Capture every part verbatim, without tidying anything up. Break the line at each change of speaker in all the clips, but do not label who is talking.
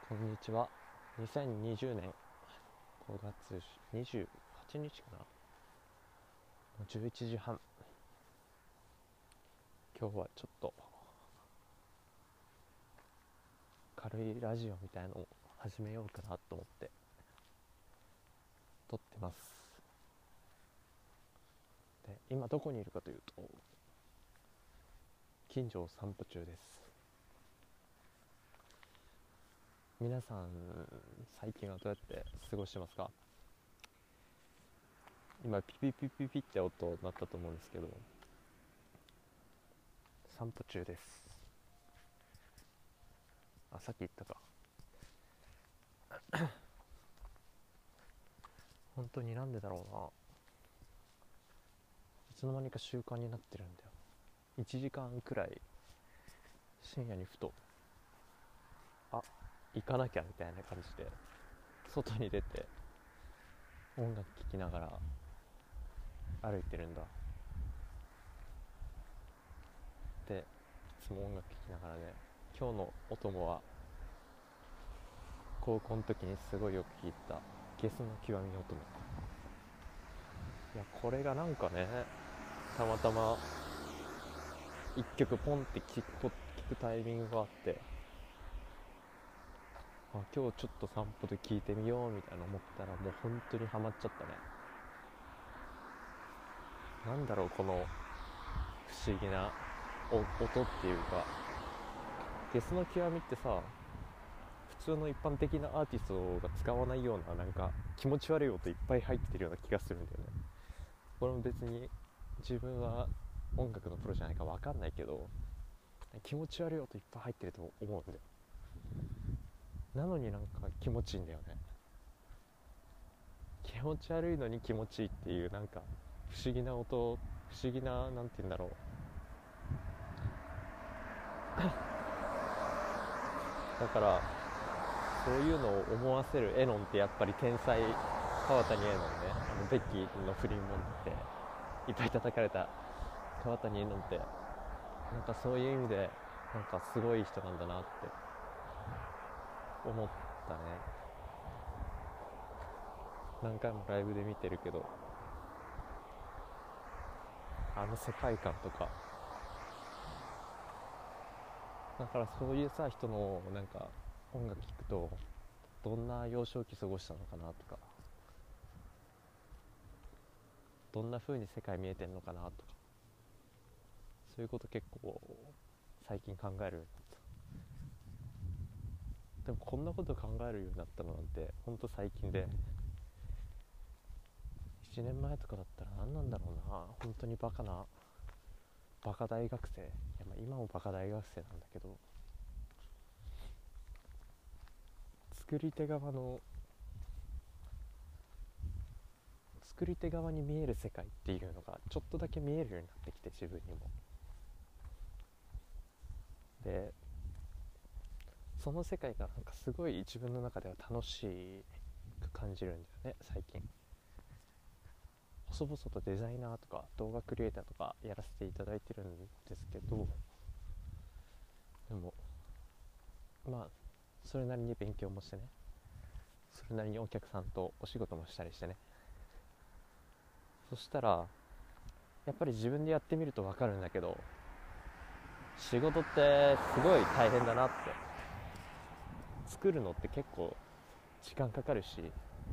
こんにちは。にせんにじゅうねんごがつにじゅうはちにちかな、じゅういちじはん。今日はちょっと軽いラジオみたいのを始めようかなと思って撮ってます。で、今どこにいるかというと、近所を散歩中です。皆さん、最近はどうやって過ごしてますか？今ピピピピピって音鳴ったと思うんですけど、散歩中です。あ、さっき言ったか。本当になんでだろうな、いつの間にか習慣になってるんだよ。いちじかんくらい深夜にふと、あ、行かなきゃみたいな感じで外に出て音楽聴きながら歩いてるんだ。で、いつも音楽聴きながらね、今日のお供は高校の時にすごいよく聴いたゲスの極みの乙女。いや、これがなんかね、たまたま一曲ポンって聴く、聞くタイミングがあって、あ、今日ちょっと散歩で聴いてみようみたいな思ったら、もう本当にハマっちゃったね。なんだろう、この不思議なお音っていうか。ゲスの極みってさ、普通の一般的なアーティストが使わないような、なんか気持ち悪い音いっぱい入ってるような気がするんだよね。これも別に自分は音楽のプロじゃないか分かんないけど、気持ち悪い音いっぱい入ってると思うんだよ。なのになんか気持ちいいんだよね。気持ち悪いのに気持ちいいっていう、なんか不思議な音、不思議な、なんて言うんだろう。だからそういうのを思わせるエノンってやっぱり天才川谷絵音ね。あのベッキーの不倫もんっていっぱい叩かれた川谷絵音って、なんかそういう意味でなんかすごい人なんだなって思ったね。何回もライブで見てるけど、あの世界観とか、だからそういうさ人のなんか音楽聴くと、どんな幼少期過ごしたのかなとか、どんな風に世界見えてんのかなとか、そういうこと結構最近考えるようになった。でもこんなこと考えるようになったのなんてほんと最近で、いちねんまえとかだったら何なんだろうな。本当にバカなバカ大学生、いや、まあ今もバカ大学生なんだけど、作り手側の作り手側に見える世界っていうのがちょっとだけ見えるようになってきて、自分にも。で、その世界がなんかすごい自分の中では楽しく感じるんだよね、最近。細々とデザイナーとか動画クリエイターとかやらせていただいてるんですけど、でもまあそれなりに勉強もしてね、それなりにお客さんとお仕事もしたりしてね。そしたらやっぱり自分でやってみると分かるんだけど、仕事ってすごい大変だなって。作るのって結構時間かかるし、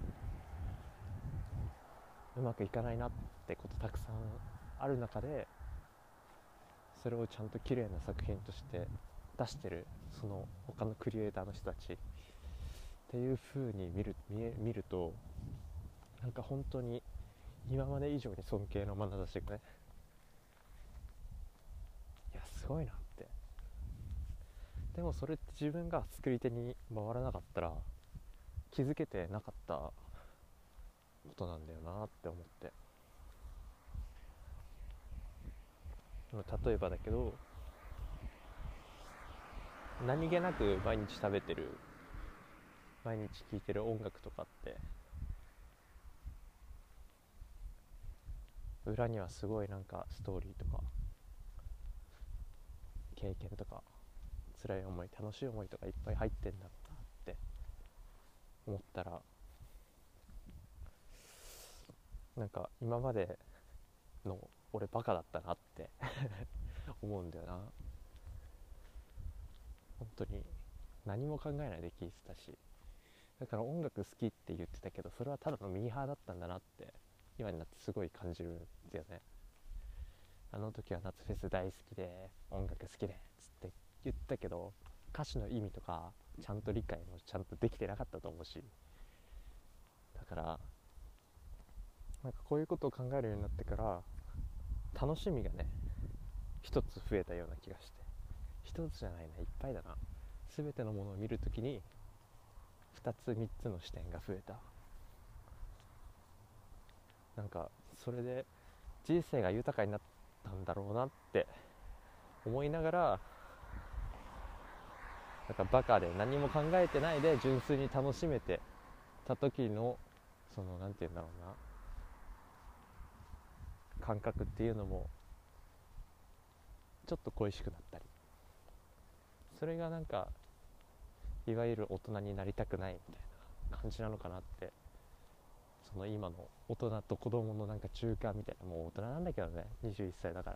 うまくいかないなってことたくさんある中で、それをちゃんと綺麗な作品として出してるその他のクリエイターの人たちっていう風に見る見え見ると、なんか本当に今まで以上に尊敬の眼差しがね、いやすごいなって。でもそれって自分が作り手に回らなかったら気づけてなかったことなんだよなって思って。例えばだけど、何気なく毎日食べてる、毎日聴いてる音楽とかって、裏にはすごいなんかストーリーとか経験とか辛い思い楽しい思いとかいっぱい入ってんだろうなって思ったら、なんか今までの俺バカだったなって思うんだよな。本当に何も考えないで聴いてたし、だから音楽好きって言ってたけど、それはただのミーハーだったんだなって今になってすごい感じるんだよね。あの時は夏フェス大好きで音楽好きでっつって言ったけど、歌詞の意味とかちゃんと理解もちゃんとできてなかったと思うし、だからなんかこういうことを考えるようになってから楽しみがね一つ増えたような気がして、一つじゃないな、いっぱいだな。全てのものを見るときにふたつみっつの視点が増えた。なんかそれで人生が豊かになったんだろうなって思いながら、なんかバカで何も考えてないで純粋に楽しめてた時のそのなんていうんだろうな、感覚っていうのもちょっと恋しくなったり、それがなんかいわゆる大人になりたくないみたいな感じなのかなって、その今の大人と子供のなんか中間みたいな、もう大人なんだけどね、にじゅういっさいだから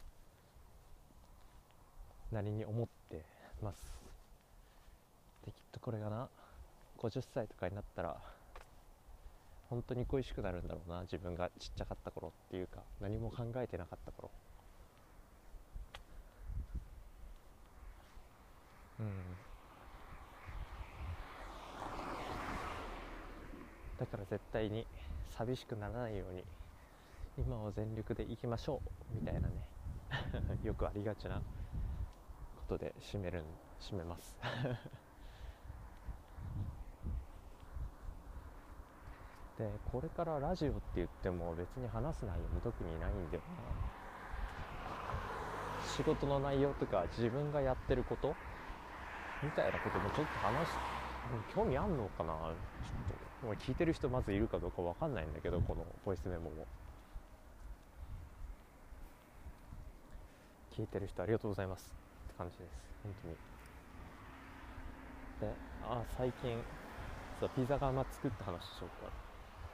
なりに思ってます。できっとこれがなごじゅっさいとかになったら本当に恋しくなるんだろうな、自分がちっちゃかった頃っていうか、何も考えてなかった頃。うん、だから絶対に寂しくならないように今を全力でいきましょうみたいなねよくありがちなことで締めるん締めますでこれからラジオって言っても別に話す内容も特にないんだよな。仕事の内容とか自分がやってることみたいなこともちょっと話し興味あんのかな。ちょっと聞いてる人まずいるかどうかわかんないんだけど、このボイスメモも聞いてる人ありがとうございますって感じです、本当に。で、あ、最近そうピザ窯作った話しようか。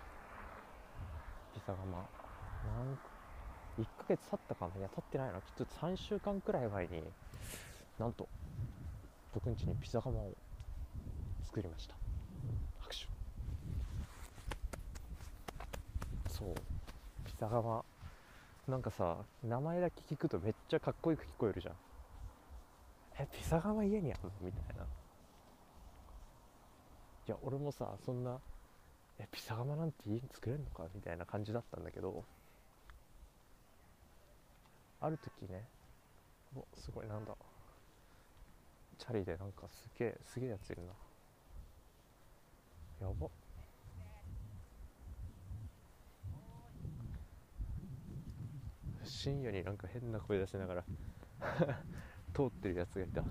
ピザ窯なんいっかげつ経ったかな、いや経ってないな、きっとさんしゅうかんくらい前になんと僕ん家にピザ窯を作りました。拍手。そうピザ窯、なんかさ名前だけ聞くとめっちゃかっこよく聞こえるじゃん。えピザ窯家にあるのみたいな。いや俺もさそんなえピザ窯なんて家に作れるのかみたいな感じだったんだけど、ある時ね、おすごいなんだチャリでなんかすげえすげえやついるな、やば。深夜になんか変な声出しながら通ってるやつがいた。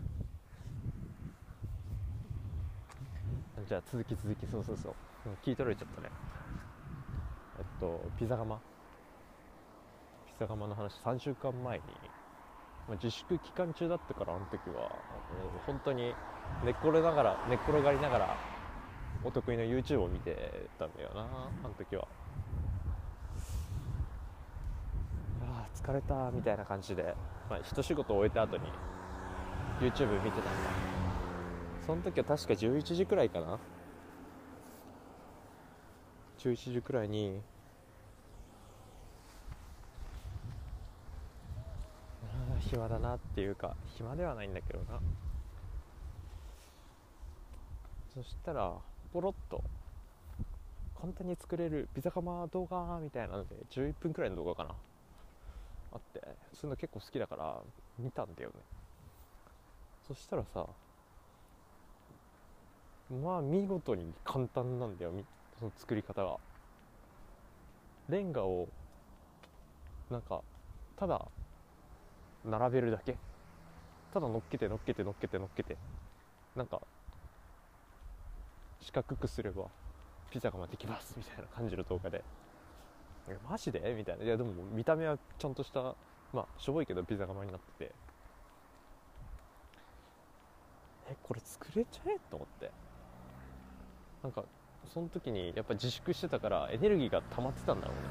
じゃあ続き続き、そうそうそう、聞い取られちゃったね。えっとピザ窯ピザ窯の話、さんしゅうかんまえに、まあ、自粛期間中だったから、あの時はもう本当に寝っ転ながら寝っ転がりながらお得意の YouTube を見てたんだよな、あの時は。あー疲れたみたいな感じで、まあ、一仕事終えた後に YouTube 見てたんだ。その時は確かじゅういちじくらいかな、じゅういちじくらいに暇だなっていうか、暇ではないんだけどな。そしたらポロッと簡単に作れるピザ窯動画みたいなのでじゅういっぷんくらいの動画かなあって、そういうの結構好きだから見たんだよね。そしたらさ、まあ見事に簡単なんだよ、その作り方が。レンガをなんかただ並べるだけ、ただ乗っけて乗っけて乗っけて乗っけて、なんか四角くすればピザができますみたいな感じの動画で、マジでみたいな。いやでも見た目はちゃんとした、まあしょぼいけどピザ窯になってて、えこれ作れちゃえと思って。 なんかその時にやっぱ自粛してたからエネルギーが溜まってたんだろうね。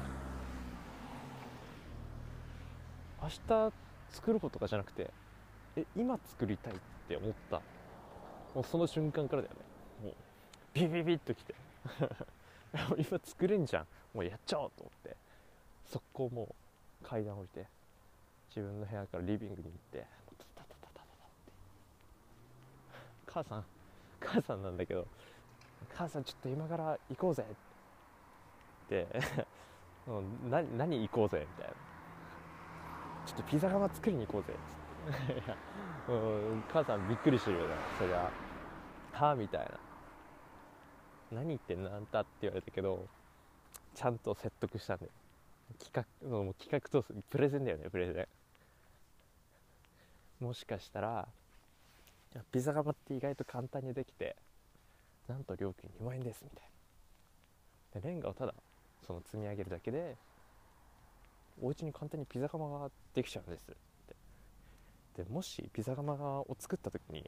明日作ることかじゃなくて、え今作りたいって思った、もうその瞬間からだよね。もうビビビッときて今作れんじゃん、もうやっちゃおうと思って、速攻もう階段降りて自分の部屋からリビングに行って、タタタタタタって母さん母さんなんだけど、母さんちょっと今から行こうぜってな何行こうぜみたいな、ちょっとピザ窯作りに行こうぜっつっていやうん母さんびっくりしてるよね、そりゃはみたいな、何言ってんのあんたって言われたけど、ちゃんと説得したんで、企画もう企画通すプレゼンだよね、プレゼン。もしかしたらピザ窯って意外と簡単にできて、なんと料金にまん円ですみたいな、でレンガをただその積み上げるだけでお家に簡単にピザ窯ができちゃうんですって。でもしピザ窯を作った時に、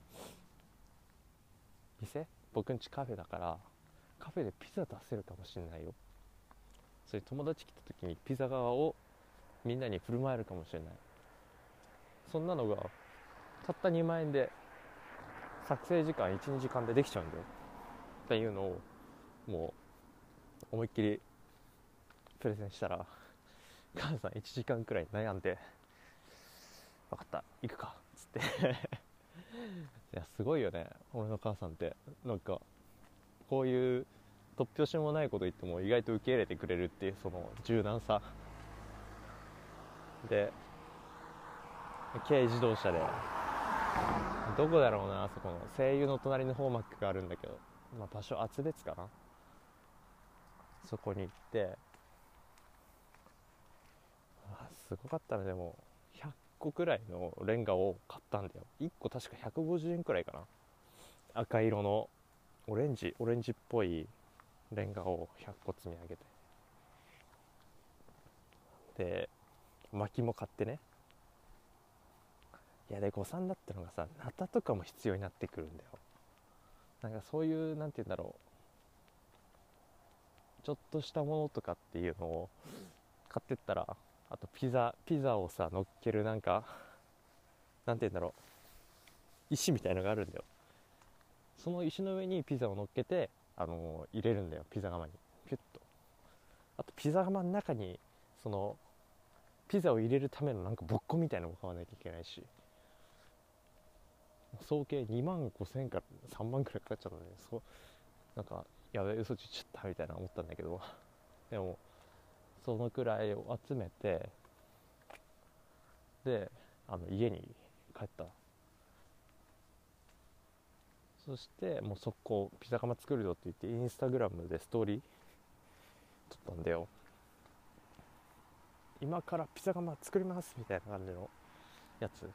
店僕んちカフェだからカフェでピザ出せるかもしれないよ、それ友達来た時にピザ窯をみんなに振る舞えるかもしれない、そんなのがたったにまん円で作成時間 いちにじかんでできちゃうんだよっていうのをもう思いっきりプレゼンしたら、母さんいちじかんくらい悩んで、分かった行くかっつっていやすごいよね俺の母さんって。なんかこういう突拍子もないこと言っても意外と受け入れてくれるっていう、その柔軟さで、軽自動車でどこだろうな、あそこの声優の隣の方マックがあるんだけど、まあ、場所厚別かな、そこに行って、あすごかったね。でもひゃっこくらいのレンガを買ったんだよ。いっこ確かひゃくごじゅうえんくらいかな、赤色のオレンジオレンジっぽいレンガをひゃっこ積み上げて、で薪も買ってね。いやで誤算だったのがさ、ナタとかも必要になってくるんだよ。なんかそういうなんて言うんだろう、ちょっとしたものとかっていうのを買ってったら、あとピザピザをさ乗っけるなんかなんて言うんだろう、石みたいのがあるんだよ。その石の上にピザを乗っけて、あのー入れるんだよ、ピザ窯にピュッと。あとピザ窯の中にそのピザを入れるためのなんかボッコみたいなのも買わなきゃいけないし、総計にまんごせんえんからさんまんくらいかかっちゃったんで、そうなんかやべえ嘘ついちゃったみたいな思ったんだけどでもそのくらいを集めて、であの家に帰った。そしてもう速攻ピザ窯作るよって言ってインスタグラムでストーリー撮ったんだよ。今からピザ窯作りますみたいな感じのやつ。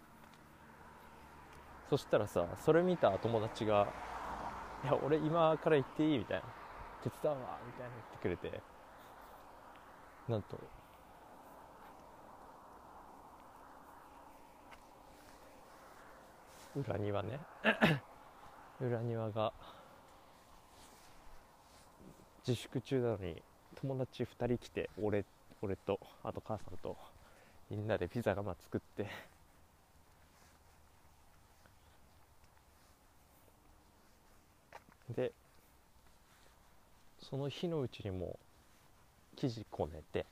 そしたらさ、それ見た友達がいや俺今から行っていいみたいな、手伝うわみたいな言ってくれて、なんと裏庭ね裏庭が自粛中なのに友達ふたり来て、俺俺とあと母さんとみんなでピザ窯作って、でその日のうちにも生地こねて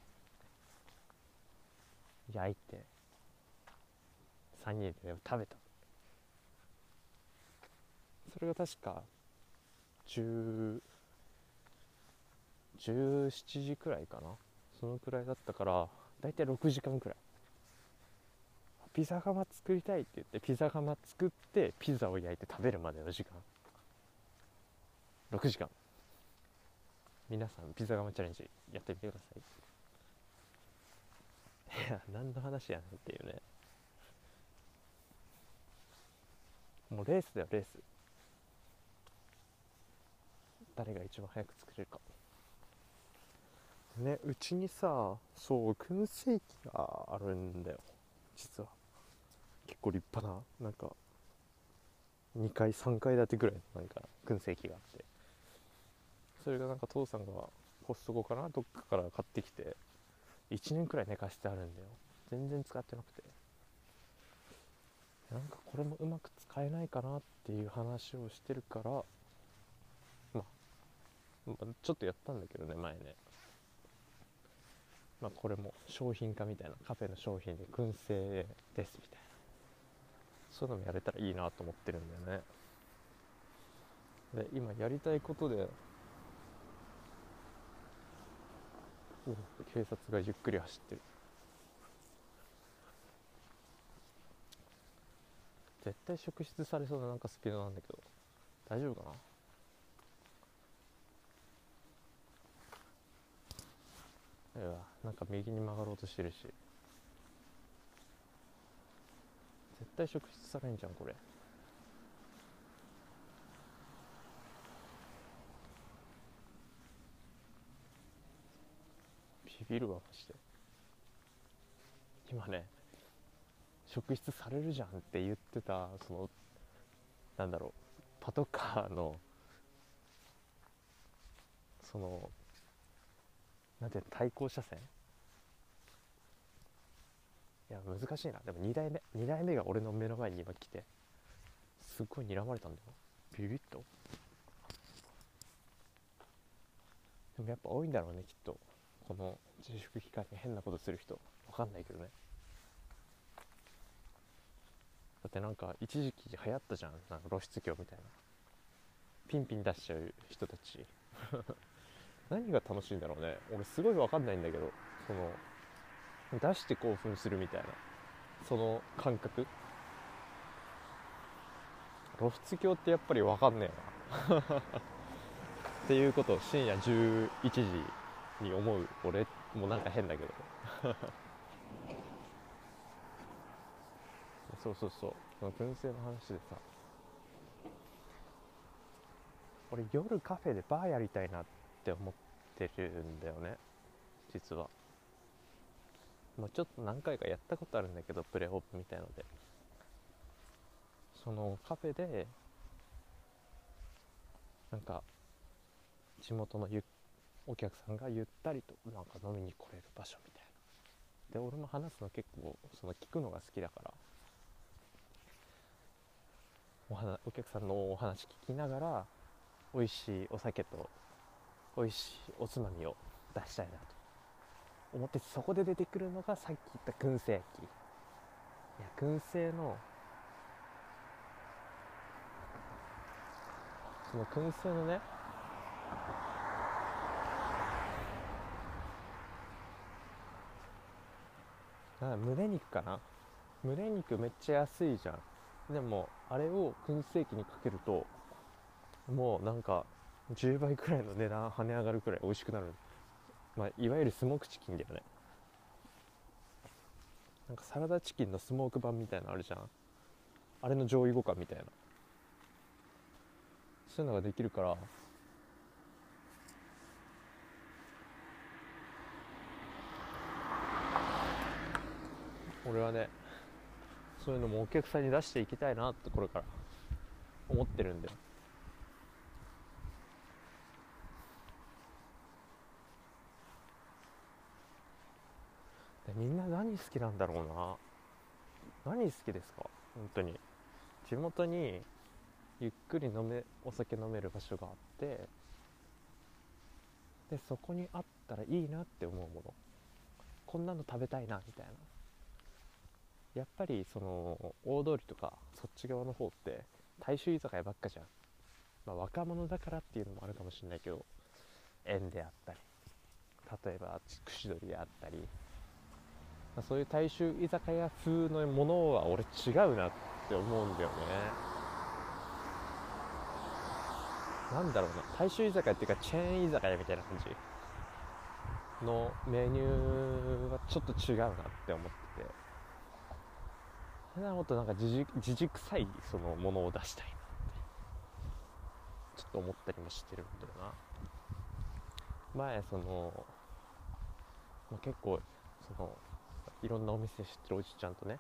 焼いてさんにんで食べた。それが確かじゅう、じゅうしちじくらいかな、そのくらいだったから、だいたいろくじかんくらい。ピザ窯作りたいって言ってピザ窯作ってピザを焼いて食べるまでの時間ろくじかん。皆さんピザ窯チャレンジやってみてください。いや何の話やねんっていうね。もうレースだよレース、誰が一番早く作れるかね。うちにさ、そう燻製機があるんだよ実は。結構立派な、なんかにかいさんがい建てぐらいのなんか燻製機があって、 それがなんか父さんがコストコかなどっかから買ってきていちねんくらい寝かしてあるんだよ。全然使ってなくて、なんかこれもうまく使えないかなっていう話をしてるから、まあ、まあ、ちょっとやったんだけどね前ね。まあこれも商品化みたいな、カフェの商品で燻製ですみたいな、そういうのもやれたらいいなと思ってるんだよね。で今やりたいことで、お警察がゆっくり走ってる。絶対職質されそうななんかスピードなんだけど大丈夫かな。いやなんか右に曲がろうとしてるし、絶対職質されんじゃんこれ。ビビるわマジで。今ね職質されるじゃんって言ってた、そのなんだろう、パトカーのそのなんていうの、対向車線、いや難しいな。でもにだいめにだいめが俺の目の前に今来てすっごい睨まれたんだよ。ビビッと。でもやっぱ多いんだろうねきっと、この自粛期間に変なことする人。わかんないけどね。だってなんか一時期流行ったじゃん、なんか露出狂みたいな、ピンピン出しちゃう人たち何が楽しいんだろうね。俺すごいわかんないんだけど、その出して興奮するみたいなその感覚。露出狂ってやっぱりわかんねえなっていうことを深夜じゅういちじに思う俺もなんか変だけどそうそうそう、その燻製の話でさ、俺夜カフェでバーやりたいなって思ってるんだよね実は。まあ、ちょっと何回かやったことあるんだけど、プレオープンみたいので、そのカフェでなんか地元のゆお客さんがゆったりとなんか飲みに来れる場所みたいな。で俺も話すの結構その聞くのが好きだから、お話お客さんのお話聞きながら美味しいお酒と美味しいおつまみを出したいなと思って、そこで出てくるのがさっき言った燻製焼き。いや燻製のその燻製のね、な胸肉かな、胸肉めっちゃ安いじゃん。でもあれを燻製機にかけるともうなんかじゅうばいくらいの値段跳ね上がるくらい美味しくなる。まあいわゆるスモークチキンだよね。なんかサラダチキンのスモーク版みたいなのあるじゃん、あれの上位互換みたいな、そういうのができるから、俺はねそういうのもお客さんに出していきたいなってこれから思ってるんだよ。でみんな何好きなんだろうな。何好きですか本当に。地元にゆっくり飲めお酒飲める場所があって、でそこにあったらいいなって思うもの、こんなの食べたいなみたいな。やっぱりその大通りとかそっち側の方って大衆居酒屋ばっかじゃん。まあ若者だからっていうのもあるかもしれないけど、縁であったり例えば串取りであったり、まあ、そういう大衆居酒屋風のものは俺違うなって思うんだよね。なんだろうな、大衆居酒屋っていうかチェーン居酒屋みたいな感じのメニューはちょっと違うなって思ってて、それはもっとなんか自軸臭いそのものを出したいなってちょっと思ったりもしてるんだよな。前その、まあ、結構そのいろんなお店知ってるおじちゃんとね、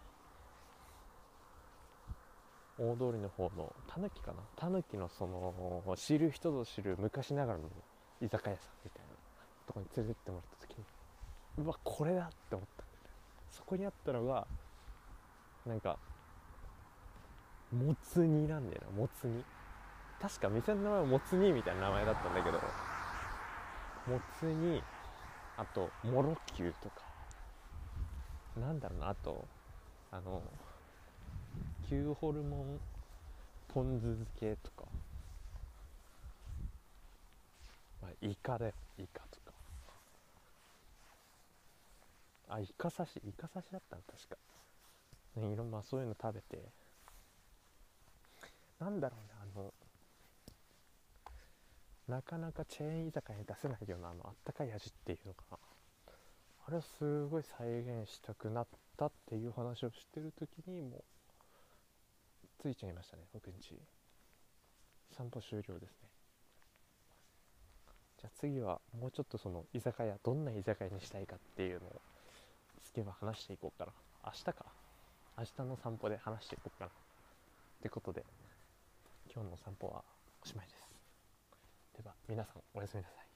大通りの方のたぬきかな、たぬきのその知る人ぞ知る昔ながらの居酒屋さんみたいなとこに連れてってもらった時に、うわこれだって思ったんだよね。そこにあったのがなんかもつ煮なんだよな。もつ煮、確か店の名前はもつ煮みたいな名前だったんだけど、もつ煮、あともろきゅうとか、なんだろうな、あとあの牛ホルモンポン酢漬けとか、まあ、イカだよ、イカとか、あ、イカ刺しイカ刺しだったの確か、ね、いろんな、まあ、そういうの食べて、なんだろうね、あのなかなかチェーン居酒屋に出せないようなあのあったかい味っていうのかな、あれをすごい再現したくなったっていう話をしてる時にもう着いちゃいましたね、僕んち。散歩終了ですね。じゃあ次はもうちょっとその居酒屋、どんな居酒屋にしたいかっていうのを次は話していこうかな。明日か明日の散歩で話していこうかなってことで、今日の散歩はおしまいです。では皆さんおやすみなさい。